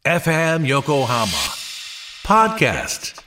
FM Yokohama Podcast。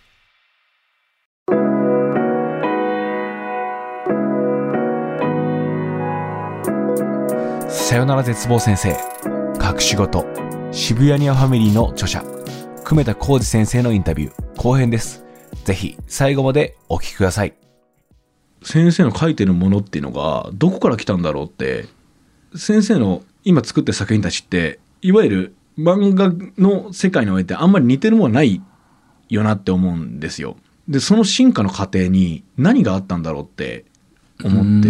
さよなら絶望先生、隠し事、渋谷ニアファミリーの著者、久米田浩二先生のインタビュー後編です。ぜひ最後までお聞きください。 先生の書いてるものっていうのがどこから来たんだろうって、先生の今作ってる作品たちっていわゆる漫画の世界においてあんまり似てるものはないよなって思うんですよ。でその進化の過程に何があったんだろうって思って。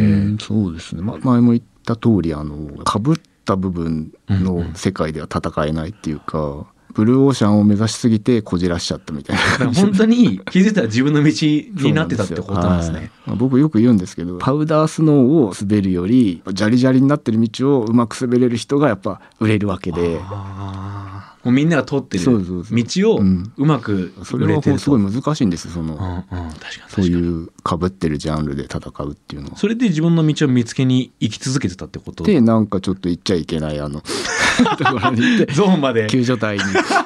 そうですね、前も言った通りかぶった部分の世界では戦えないっていうか、ブルーオーシャンを目指しすぎてこじらしちゃったみたいな感じ。 本当に気づいたら自分の道になってたってことなんですね。 僕よく言うんですけど、パウダースノーを滑るよりジャリジャリになってる道をうまく滑れる人がやっぱ売れるわけで、 もうみんなが通ってる道をうまくそれはすごい難しいんですよ。 確かにそういうかぶってるジャンルで戦うっていうのは。 それで自分の道を見つけに生き続けてたってことで、なんかちょっと行っちゃいけないところに行ってゾーンまで救助隊に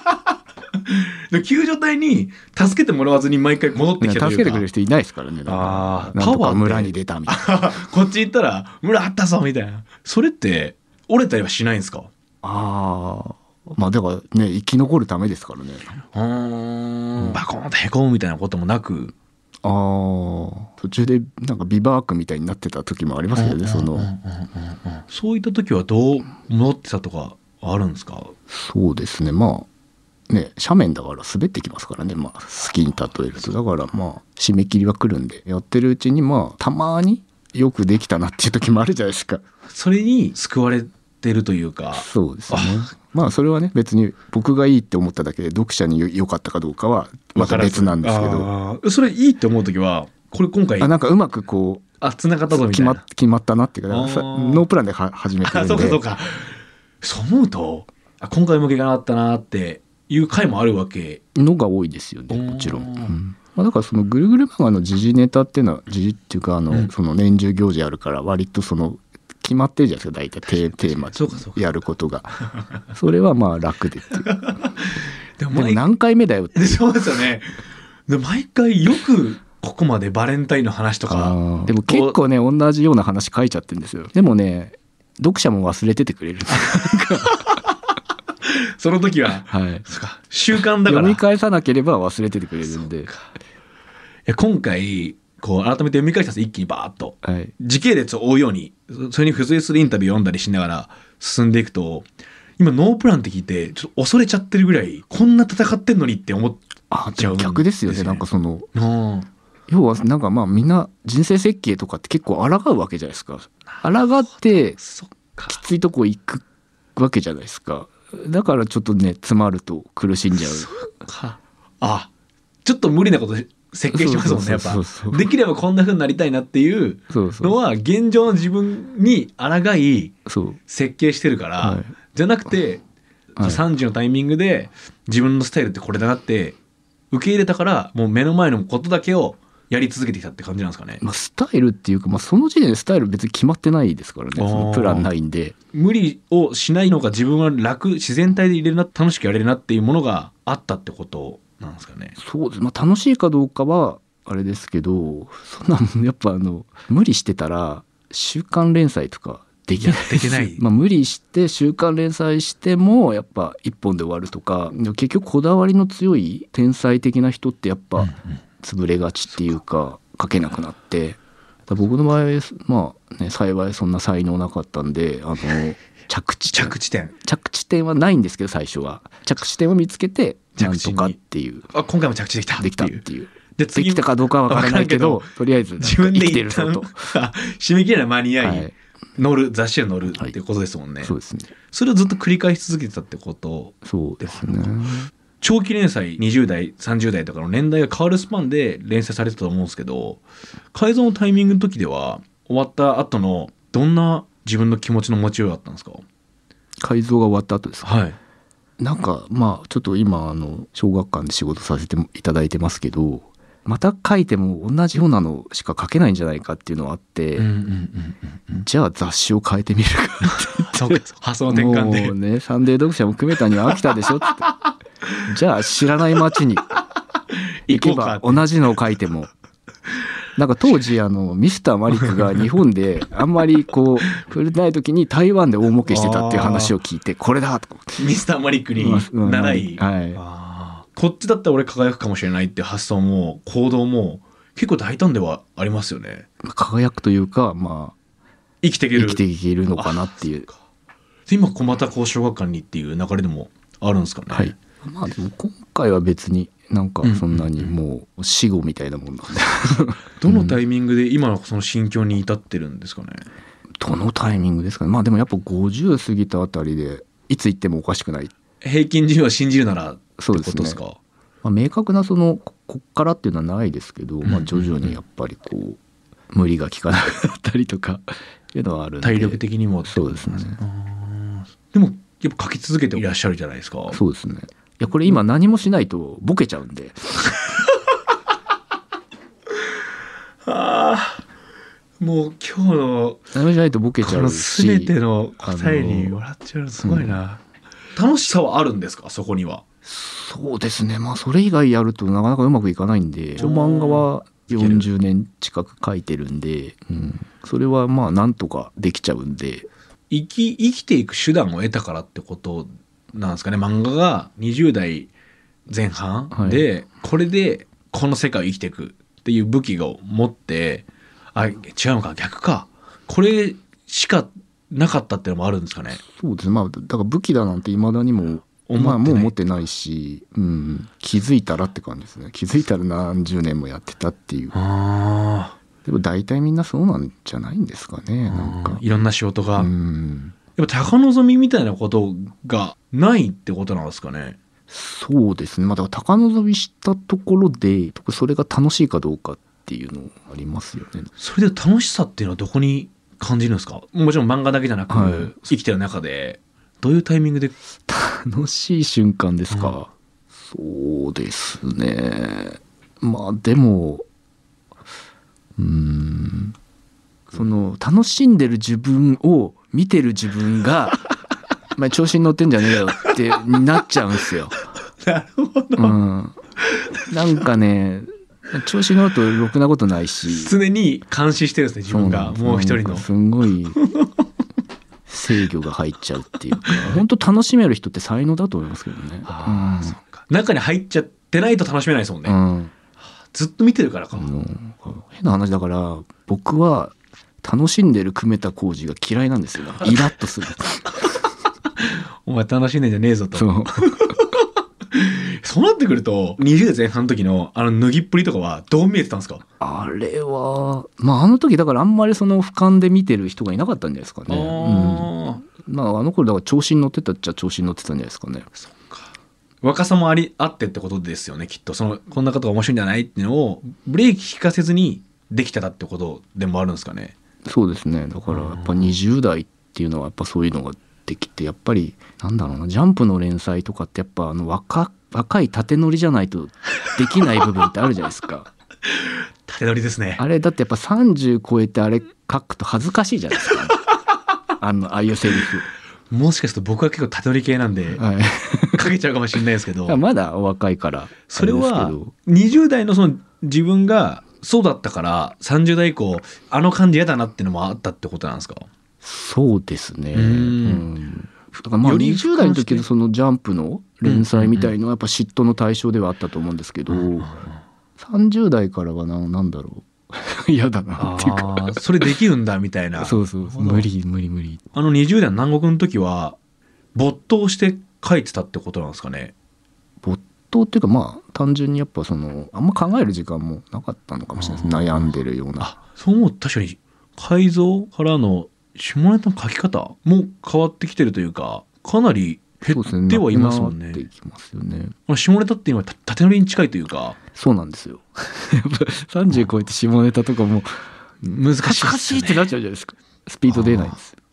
救助隊に助けてもらわずに毎回戻ってきたというか、 助けてくれる人いないですからね。なんとか村に出たみたいなこっち行ったら村あったぞみたいな。それって折れたりはしないんですか？ まあだからね、生き残るためですからね。 バコーンとへこむみたいなこともなく。 途中でなんかビバークみたいになってた時もありますけどね。 そういった時はどう戻ってたとかあるんですか？ そうですね、まあね、斜面だから滑ってきますからね、スキーに例えると。だから締め切りは来るんで、やってるうちにたまによくできたなっていう時もあるじゃないですか。 それに救われてるというか。 そうですね。それはね、別に僕がいいって思っただけで読者に良かったかどうかはまた別なんですけど。 それいいって思う時はこれ今回なんかうまく繋がったぞみたいな決まったなっていうか、ノープランで始めてるんで。 そうかそう思うと今回向けがなったなっていう回もあるわけのが多いですよね、もちろん。だからそのぐるぐる漫画の時事ネタっていうのは、時事っていうかその年中行事あるから割と決まってるじゃないですか、大体テーマやることが。それは楽でっていうでも何回目だよって。 そうですよね。で毎回よくここまでバレンタインの話とか。 でも結構ね、同じような話書いちゃってるんですよ。でもね、読者も忘れててくれるその時は、習慣だから読み返さなければ忘れててくれるんで。 今回改めて読み返したら一気にバーッと、時系列を追うように、それに付随するインタビューを読んだりしながら進んでいくと、今ノープランって聞いてちょっと恐れちゃってるぐらい、こんな戦ってんのにって思っちゃうんですよね。 逆ですよね。なんか要はなんかみんな人生設計とかって結構抗うわけじゃないですか。抗ってきついとこ行くわけじゃないですか。だからちょっとね、詰まると苦しんじゃう。 ちょっと無理なこと設計しますもんね。やっぱできればこんな風になりたいなっていうのは現状の自分に抗い設計してるから、じゃなくて30のタイミングで自分のスタイルってこれだなって受け入れたから、もう目の前のことだけをやり続けてきたって感じなんですかね。 スタイルっていうか、その時点でスタイル別に決まってないですからね。そのプランないんで。 無理をしないのが自分は自然体でいれるな、楽しくやれるなっていうものがあったってことなんですかね。 そうです。楽しいかどうかはあれですけど、そんなやっぱ無理してたら週刊連載とかできない無理して週刊連載してもやっぱ一本で終わるとか、結局こだわりの強い天才的な人ってやっぱ潰れがちっていうか、書けなくなって。僕の場合幸いそんな才能なかったんで、着地点はないんですけど、最初は着地点を見つけてなんとかっていう。 今回も着地できたっていう。 できたかどうかは分からないけど、とりあえず自分で生きてるぞと締め切りは間に合い、雑誌に載るっていうことですもんね。 そうですね。 それをずっと繰り返し続けてたってことです。 そうですね。 長期連載20代30代とかの年代が変わるスパンで連載されてたと思うんですけど、改造のタイミングの時では終わった後のどんな自分の気持ちの持ちようだったんですか？ 改造が終わった後ですか？なんかちょっと今小学館で仕事させていただいてますけど、 また書いても同じようなのしか書けないんじゃないかっていうのはあって、じゃあ雑誌を変えてみるかって発想の転換でもうね、サンデー読者も久米田には飽きたでしょってじゃあ知らない街に行けば同じのを書いても、なんか当時ミスターマリックが日本であんまりこう触れない時に台湾で大儲けしてたっていう話を聞いて、これだと思ってミスターマリックに習い、こっちだったら俺輝くかもしれないって発想も行動も結構大胆ではありますよね。 輝くというか、まあ生きていけるのかなっていう。 今またこう小学館にっていう流れでもあるんですかね。 はい、まあでも今回は別になんかそんなにもう死後みたいなもんなんでどのタイミングで今のその心境に至ってるんですかね。 どのタイミングですかね。まあでもやっぱ50過ぎたあたりでいつ行ってもおかしくない。 平均寿命は信じるならってことですか。 まあ、明確なこっからっていうのはないですけど、まあ、徐々にやっぱりこう無理が効かなくなったりとかいうのはあるんで、 体力的にも。 そうですね。 でもやっぱ書き続けていらっしゃるじゃないですか。 そうですね。いやこれ今何もしないとボケちゃうんでもう今日の何もしないとボケちゃうし、 全ての答えに笑っちゃうのすごいな、楽しさはあるんですか、そこには。 そうですね。まあそれ以外やるとなかなかうまくいかないんで、漫画は40年近く書いてるんで、それはまあなんとかできちゃうんで。 生きていく手段を得たからってことなんですかね。漫画が20代前半で、これでこの世界を生きていくっていう武器を持って、違うのか、逆か、これしかなかったっていうのもあるんですかね。 そうですね。まあだから武器だなんて未だにもまあもう持ってないし、気づいたらって感じですね。気づいたら何十年もやってたっていう。でも大体みんなそうなんじゃないんですかね。なんかいろんな仕事が、やっぱ高望みみたいなことがないってことなんですかね。 そうですね。まあだから高望みしたところでそれが楽しいかどうかっていうのありますよね。 それで楽しさっていうのはどこに感じるんですか。もちろん漫画だけじゃなく、生きてる中でどういうタイミングで楽しい瞬間ですか。そうですね。まあでもその楽しんでる自分を見てる自分がまあ調子に乗ってんじゃねえよってなっちゃうんですよ。 なるほど、 なんかね、調子に乗るとろくなことないし、 常に監視してるんですね、自分が。もう一人のすごい制御が入っちゃうっていうか、本当楽しめる人って才能だと思いますけどね。 そうか。中に入っちゃってないと楽しめないですもんね。ずっと見てるからか。 変な話だから、僕は楽しんでる久米田浩二が嫌いなんですよ。イラッとする。 お前楽しんでんじゃねえぞと。そうなってくると20代前半の時の脱ぎっぷりとかはどう見えてたんですか。 あれはまあ時だからあんまりその俯瞰で見てる人がいなかったんじゃないですかね。まあ頃だから調子に乗ってたっちゃ調子に乗ってたんじゃないですかね。 そっか。若さもあってってことですよね、きっと。こんなことが面白いんじゃないっていうのをブレーキ引かせずにできてたってことでもあるんですかね。 そうですね。だからやっぱ20代っていうのはやっぱそういうのができて、やっぱりなんだろうな、ジャンプの連載とかってやっぱ若い縦乗りじゃないとできない部分ってあるじゃないですか。 縦乗りですね。 あれだってやっぱ30超えてあれ書くと恥ずかしいじゃないですか。ああいうセリフ。 もしかすると僕は結構縦乗り系なんで、書けちゃうかもしれないですけど。 まだお若いからそれは20代のその自分がそうだったから30代以降感じ嫌だなっていうのもあったってことなんですか。 そうですね。だからまあ20代の時のそのジャンプの連載みたいのはやっぱ嫉妬の対象ではあったと思うんですけど、30代からはなんだろう嫌だなっていうか、 それできるんだみたいな。 そう無理。 20代の南国の時は没頭して書いてたってことなんですかね。 没頭っていうかまあ単純にやっぱあんま考える時間もなかったのかもしれないです。悩んでるような。 そう思うと確かに改造からの下ネタの書き方も変わってきてるというか、かなり減ってはいますもんね。下ネタって今縦乗りに近いというか。 そうなんですよ。30超えて下ネタとかも難しい、 恥ずかしいってなっちゃうじゃないですか。スピード出ないんです。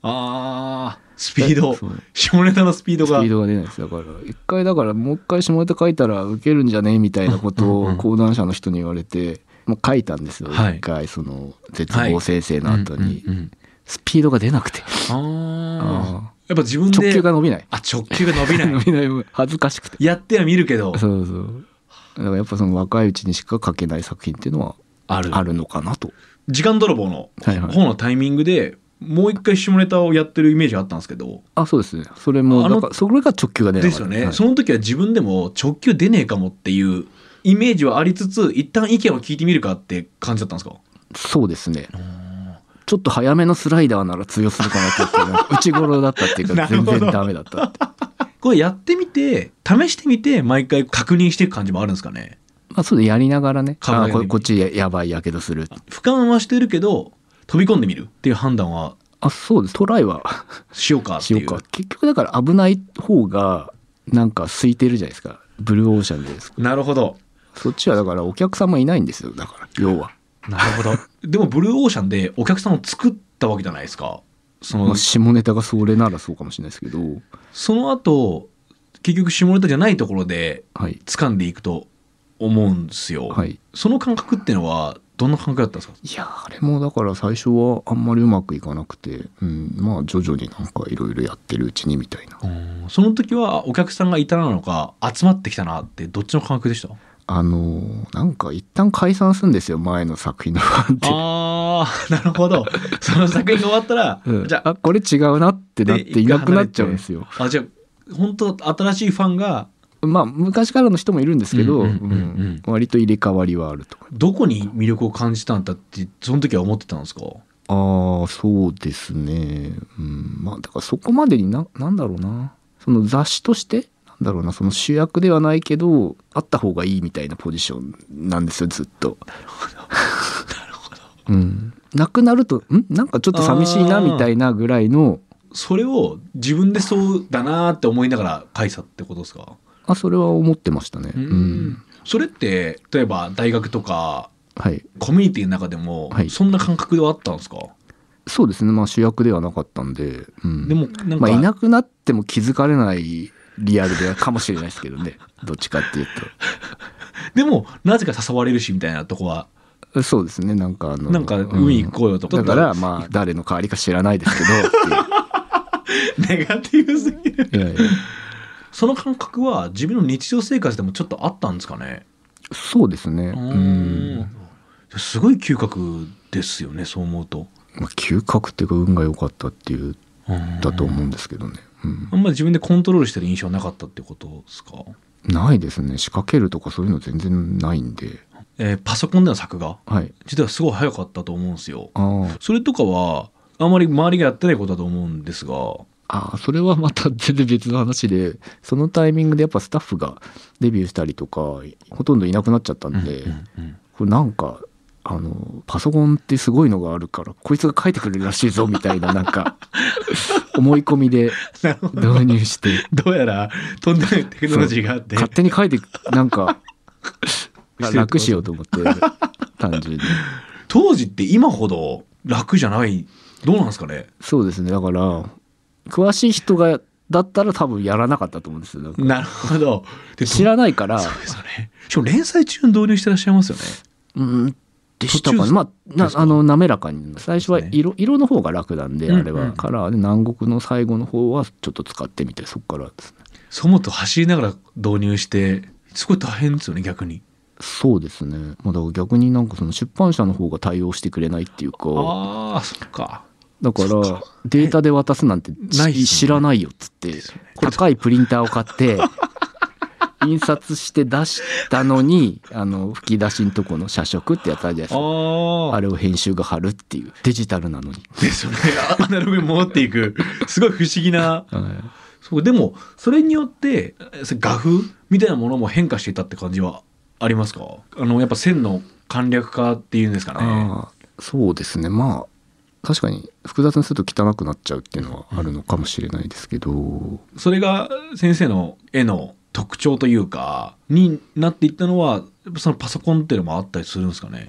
スピード、下ネタのスピードが出ないです。だから一回だからもう一回下ネタ書いたらウケるんじゃねえみたいなことを講談社の人に言われて、もう書いたんですよ、一回その絶望先生の後に、スピードが出なくて、やっぱ自分で直球が伸びない。 直球が伸びない伸びない恥ずかしくてやっては見るけど、 そうだからやっぱその若いうちにしか書けない作品っていうのはあるのかなと。 時間泥棒の方のタイミングでもう一回下ネタをやってるイメージがあったんですけど、 そうですね。それもだからそれが直球が出ないですよね、その時は自分でも直球出ねえかもっていうイメージはありつつ、一旦意見を聞いてみるかって感じだったんですか？ そうですね。ちょっと早めのスライダーなら通用するかなって言って内頃だったっていうか全然ダメだったってこれやってみて試してみて毎回確認していく感じもあるんですかね？ そうでやりながらね、こっちやばいやけどする、 俯瞰はしてるけど飛び込んでみるっていう判断はそうです。トライはしようかっていう。 結局だから危ない方がなんか空いてるじゃないですか、ブルーオーシャンで。 なるほど。 そっちはだからお客様いないんですよ、だから要は。 なるほど。でもブルーオーシャンでお客さんを作ったわけじゃないですか。 下ネタがそれならそうかもしれないですけど、 その後結局下ネタじゃないところで掴んでいくと思うんですよ、その感覚っていうのはどんな感覚だったんですか？ いやあれもだから最初はあんまりうまくいかなくて、徐々になんかいろいろやってるうちにみたいな。 その時はお客さんがいたのか集まってきたなってどっちの感覚でした？ なんか一旦解散するんですよ、前の作品のファンって。 なるほど。その作品が終わったら、 じゃあこれ違うなってなっていなくなっちゃうんですよ。 じゃあ本当新しいファンが昔からの人もいるんですけど、割と入れ替わりはあると。 どこに魅力を感じたんだってその時は思ってたんですか？ そうですね。だからそこまでになんだろうな、その雑誌としてなんだろうな、その主役ではないけどあった方がいいみたいなポジションなんですよ、ずっと。なるほど。なくなるとなんかちょっと寂しいなみたいなぐらいの。 それを自分でそうだなって思いながら書いたってことですか？ それは思ってましたね。 それって例えば大学とか、コミュニティの中でも、そんな感覚ではあったんですか？ そうですね。主役ではなかったんで、 でもなんかいなくなっても気づかれないリアルでかもしれないですけどね。どっちかっていうと。 でもなぜか誘われるしみたいなとこは。 そうですね。なんか海行こうよとか。 だから誰の代わりか知らないですけどネガティブすぎる。その感覚は自分の日常生活でもちょっとあったんですかね？ そうですね。 すごい嗅覚ですよね、そう思うと。 嗅覚っていうか運が良かったっていうだと思うんですけどね。 あんまり自分でコントロールしてる印象はなかったってことですか？ ないですね。仕掛けるとかそういうの全然ないんで。 パソコンでの作画、実はすごい早かったと思うんですよ。それとかはあまり周りがやってないことだと思うんですが。 それはまた全然別の話で、そのタイミングでやっぱスタッフがデビューしたりとかほとんどいなくなっちゃったんで、これなんかパソコンってすごいのがあるからこいつが書いてくれるらしいぞみたいななんか思い込みで導入してどうやらとんでもないテクノロジーがあって勝手に書いてなんか楽しようと思って単純に。 当時って今ほど楽じゃない、どうなんですかね？ そうですね。だから詳しい人だったら多分やらなかったと思うんですよ。 なるほど。 知らないから。 そうですよね。しかも連載中に導入してらっしゃいますよね。 でしたかね。滑らかに最初は色の方が楽なんで、あれはカラーで南国の最後の方はちょっと使ってみて、そこからですね。 そう思うと走りながら導入してすごい大変ですよね、逆に。 そうですね。だから逆になんかその出版社の方が対応してくれないっていうか。 そっか。 だからデータで渡すなんて知らないよっつって高いプリンターを買って印刷して出したのに吹き出しのとこの社食ってやったじゃないですか。あれを編集が貼るっていう、デジタルなのにですよね。アナログに戻っていくすごい不思議な、そうでもそれによって画風みたいなものも変化していたって感じはありますか？やっぱ線の簡略化っていうんですかね。 そうですね。確かに複雑にすると汚くなっちゃうっていうのはあるのかもしれないですけど、 それが先生の絵の特徴というかになっていったのはそのパソコンっていうのもあったりするんですかね？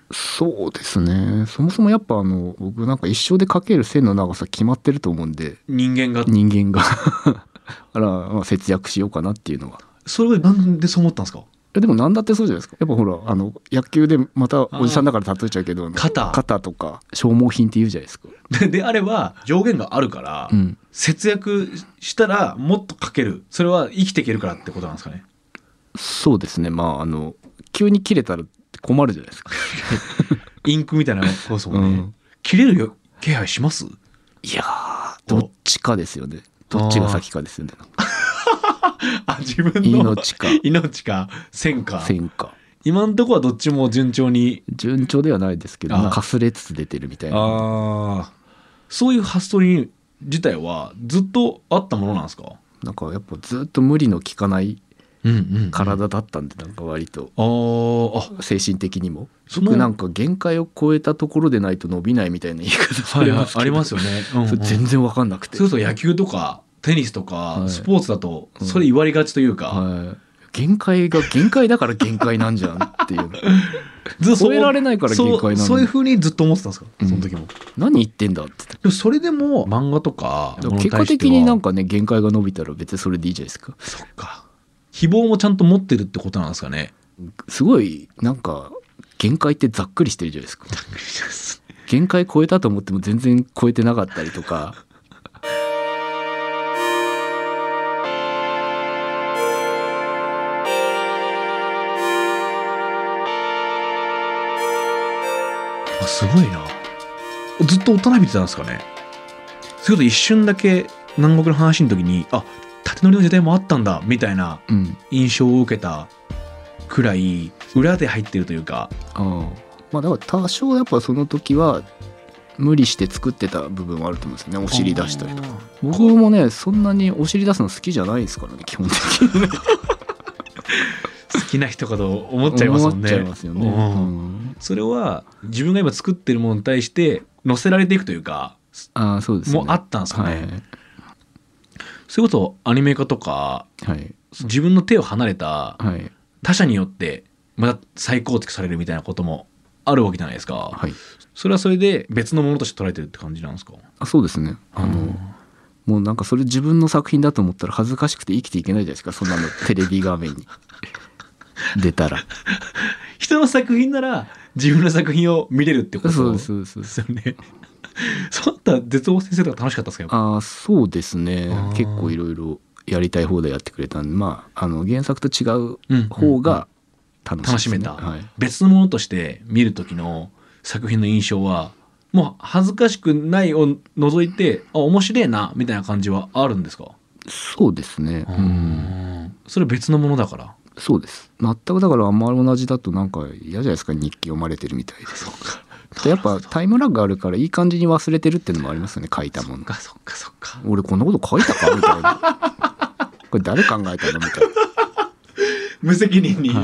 そうですね。そもそもやっぱ僕なんか一生で描ける線の長さ決まってると思うんで、 人間があら、まあ、節約しようかなっていうのは。 それなんでそう思ったんですか？ でも何だってそうじゃないですか。やっぱほら野球でまたおじさんだから例えちゃうけど、肩とか消耗品って言うじゃないですか。 であれば上限があるから、節約したらもっと描ける、それは生きていけるからってことなんですかね？ そうですね。まあ急に切れたら困るじゃないですか。 インクみたいなコースもね、切れる気配します？ いやー、どっちかですよね。どっちが先かですよね。 自分の命か線か。 今んとこはどっちも順調ではないですけど、かすれつつ出てるみたいな。 そういう発想に自体はずっとあったものなんですか？ なんかやっぱずっと無理の効かない体だったんで、なんか割と精神的にも僕なんか限界を超えたところでないと伸びないみたいな言い方されますけど、 ありますよね。 それ全然分かんなくて。 そうすると野球とかテニスとかスポーツだとそれ言われがちというか、 限界だから限界なんじゃんっていう超えられないから限界なの。 そういう風にずっと思ってたんですか？その時も何言ってんだって。 でもそれでも漫画とか結果的になんかね、限界が伸びたら別にそれでいいじゃないですか。 そっか、希望もちゃんと持ってるってことなんですかね？ すごいなんか限界ってざっくりしてるじゃないですか。限界超えたと思っても全然超えてなかったりとか。 すごいな。ずっと大人びてたんですかね？それこそ一瞬だけ南国の話の時に縦乗りの時代もあったんだみたいな印象を受けたくらい裏で入ってるというか。 まあだから多少やっぱその時は無理して作ってた部分はあると思うんですよね。お尻出したりとか。僕もねそんなにお尻出すの好きじゃないですからね、基本的にね。 好きな人かと思っちゃいますもんね。 思っちゃいますよね。 それは自分が今作ってるものに対して乗せられていくというか、 そうですね、 もあったんですかね。それこそアニメ化とか、自分の手を離れた他者によってまた再構築されるみたいなこともあるわけじゃないですか。それはそれで別のものとして捉えてるって感じなんですか？ そうですね。もうなんかそれ自分の作品だと思ったら恥ずかしくて生きていけないじゃないですか、そんなのテレビ画面に出たら。 人の作品なら自分の作品を見れるってことですよね。 そうだったら絶望先生とか楽しかったですか？ そうですね。結構いろいろやりたい放題やってくれたんで、原作と違う方が楽しめた。別のものとして見る時の作品の印象はもう恥ずかしくないを除いて面白いなみたいな感じはあるんですか？そうですね。それ別のものだから。そうです。全くだからあんま同じだとなんか嫌じゃないですか、日記読まれてるみたいで。でやっぱタイムラグがあるからいい感じに忘れてるっていうのもありますよね、書いたもの。そっか。俺こんなこと書いたかみたいな。これ誰考えたのみたいな。 無責任に。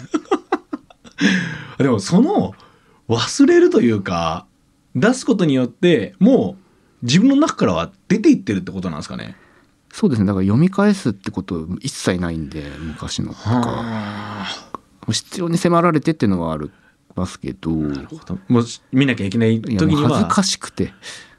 でもその忘れるというか出すことによってもう自分の中からは出ていってるってことなんですかね？ そうですね。だから読み返すってこと一切ないんで、昔のとか必要に迫られてっていうのはありますけど、もう見なきゃいけない時には恥ずかしくて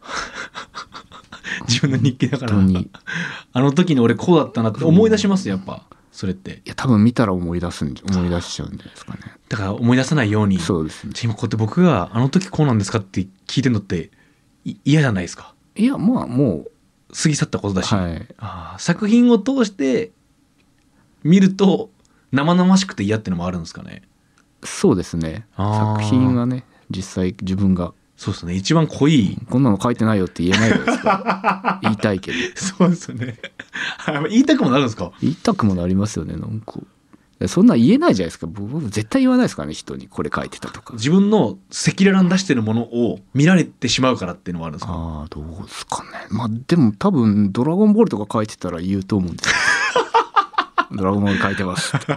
自分の日記だからあの時に俺こうだったなって思い出します。やっぱそれって多分見たら思い出しちゃうんじゃないですかね。 だから思い出さないように。 そうですね。 今こうやって僕があの時こうなんですかって聞いてるのって嫌じゃないですか？ いやもう過ぎ去ったことだし、作品を通して見ると生々しくて嫌ってのもあるんですかね？ そうですね。作品はね、実際自分がそうですね、一番濃いこんなの書いてないよって言えないですか？言いたいけど。 そうですね。言いたくもなるんですか？ 言いたくもなりますよね。なんかそんな言えないじゃないですか。僕絶対言わないですからね、人にこれ書いてたとか。 自分の赤裸々に出してるものを見られてしまうからっていうのもあるんですか？ どうですかね。でも多分ドラゴンボールとか書いてたら言うと思うんですよ。ドラゴンボール書いてますって。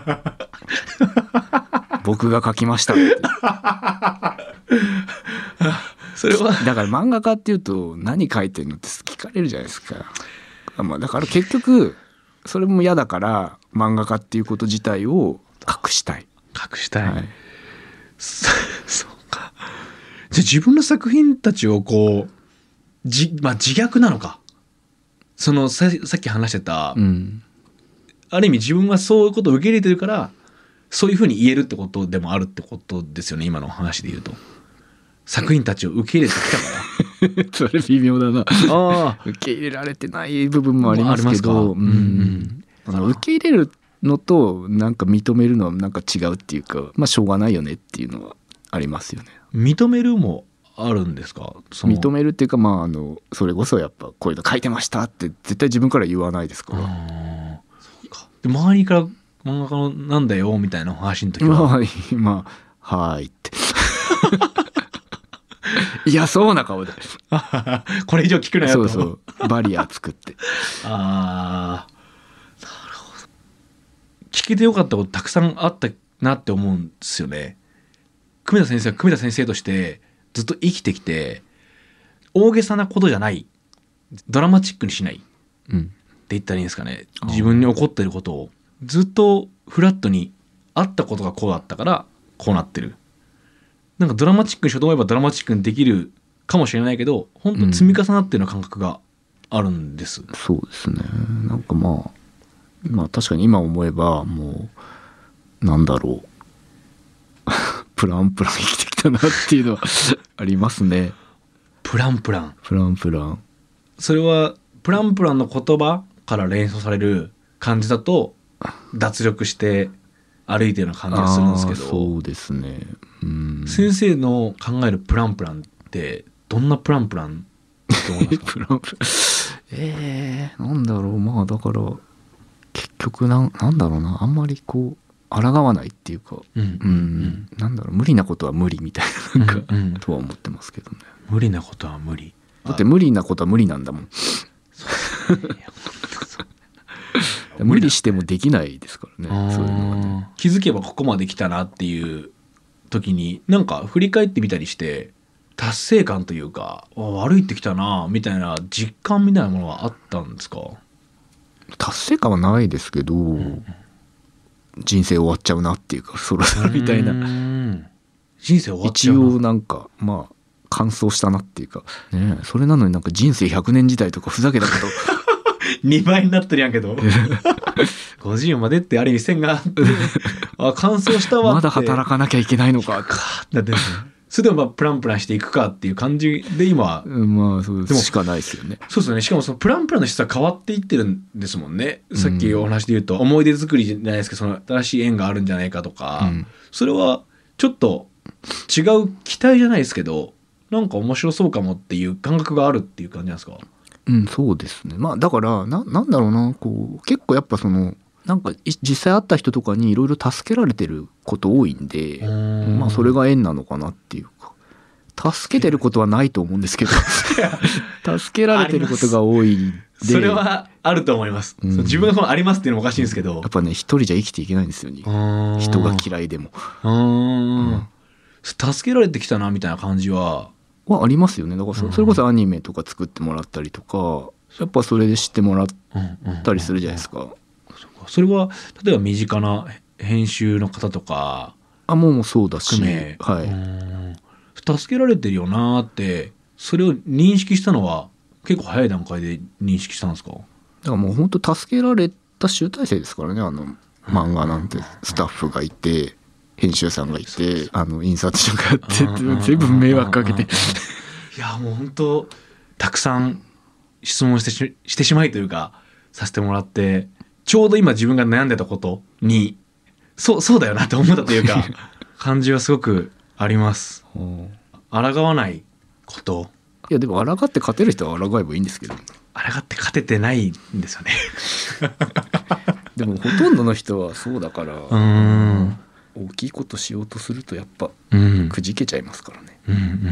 僕が書きましたって。 それはだから漫画家っていうと何書いてるのって聞かれるじゃないですか。だから結局それも嫌だから漫画家っていうこと自体を隠したい。 はい、そうか。 じゃあ自分の作品たちをこう自虐なのか、そのさっき話してた、 うん、 ある意味自分はそういうことを受け入れてるからそういうふうに言えるってことでもあるってことですよね。今の話で言うと作品たちを受け入れてきたからそれ微妙だな。 あ受け入れられてない部分もありますけど、受け入れるのとなんか認めるのはなんか違うっていうか、まあしょうがないよねっていうのはありますよね。 認めるもあるんですか？ 認めるっていうか、まあそれこそやっぱこういうの書いてましたって絶対自分から言わないですから。 そうか。で周りから漫画家のなんだよみたいな話の時はまあはいっていやそうな顔でこれ以上聞くなよと。 そうバリア作ってああ、なるほど。聞けてよかったことたくさんあったなって思うんですよね。久米田先生は久米田先生としてずっと生きてきて、大げさなことじゃない、ドラマチックにしない、って言ったらいいんですかね。自分に起こってることをずっとフラットに、あったことがこうだったからこうなってる。なんかドラマチックにしようと思えばドラマチックにできるかもしれないけど、本当に積み重なってるような感覚があるんです。 そうですね。なんかまあ確かに今思えばもうなんだろうプランプラン生きてきたなっていうのはありますね。 プランプラン。 それはプランプランの言葉から連想される感じだと脱力して歩いてるような感じがするんですけど。 そうですね。 先生の考えるプランプランってどんなプランプランって思いますか？ なんだろう。まあだから結局なんだろうな、あんまりこう抗わないっていうか、なんだろう、無理なことは無理みたいな、なんか、とは思ってますけどね。 無理なことは無理。 だって無理なことは無理なんだもん。無理してもできないですからね。そういうのはね。 気づけばここまで来たなっていう時になんか振り返ってみたりして達成感というか、歩いてきたなみたいな実感みたいなものはあったんですか？ 達成感はないですけど、人生終わっちゃうなっていうか、そろそろみたいな。 人生終わっちゃうな。 一応なんかまあ完走したなっていうか、ね、それなのになんか人生100年時代とかふざけたこと 2倍になってるやんけど50までってある意味線があって完走したわって、 まだ働かなきゃいけないのかだってそれでもまあプランプランしていくかっていう感じで今、 まあそうしかないですよね。 そうですよね。しかもそのプランプランの質は変わっていってるんですもんね。さっきお話で言うと思い出作りじゃないですけど、その新しい縁があるんじゃないかとか、それはちょっと違う期待じゃないですけど、なんか面白そうかもっていう感覚があるっていう感じなんですか？ そうですね。まあだからなんだろうな、こう結構やっぱそのなんか実際会った人とかにいろいろ助けられてること多いんで、まあそれが縁なのかなっていうか、助けてることはないと思うんですけど助けられてることが多いんで、 それはあると思います。自分がこのありますっていうのもおかしいんですけど、 やっぱね一人じゃ生きていけないんですよね。人が嫌いでも。 助けられてきたなみたいな感じはありますよね。だからそれこそアニメとか作ってもらったりとか、やっぱそれで知ってもらったりするじゃないですか。 それは例えば身近な編集の方とかもうそうだし、 助けられてるよなって、それを認識したのは結構早い段階で認識したんですか？だからもう本当助けられた集大成ですからね。漫画なんてスタッフがいて、編集さんがいて、印刷所があって全部迷惑かけていやもう本当たくさん質問してしまいというかさせてもらって、ちょうど今自分が悩んでたことにそうだよなって思ったというか感じはすごくあります。抗わないこと。 いやでも抗って勝てる人は抗えばいいんですけど、 抗って勝ててないんですよねでもほとんどの人はそうだから、大きいことしようとするとやっぱくじけちゃいますからね。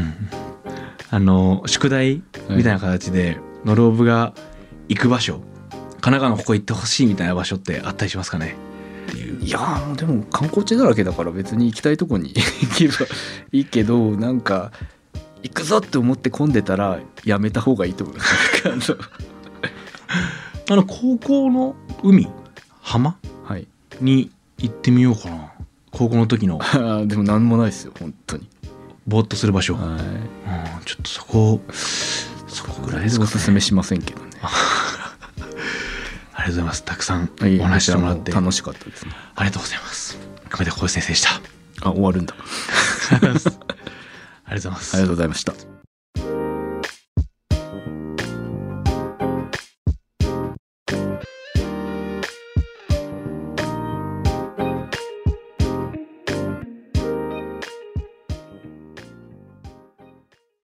宿題みたいな形でノルオブが行く場所、神奈川のここ行ってほしいみたいな場所ってあったりしますかね？ いやでも観光地だらけだから別に行きたいとこに行けばいいけど、なんか行くぞって思って混んでたらやめた方がいいと思います高校の浜に行ってみようかな。高校の時のでもなんもないですよ本当に。 ぼーっとする場所、 はい、 ちょっとそこぐらいですかね。 おすすめしませんけどねありがとうございます。たくさんお話してもらって楽しかったですね。 ありがとうございます。久米田浩二先生でした。 終わるんだありがとうございます。 ありがとうございました。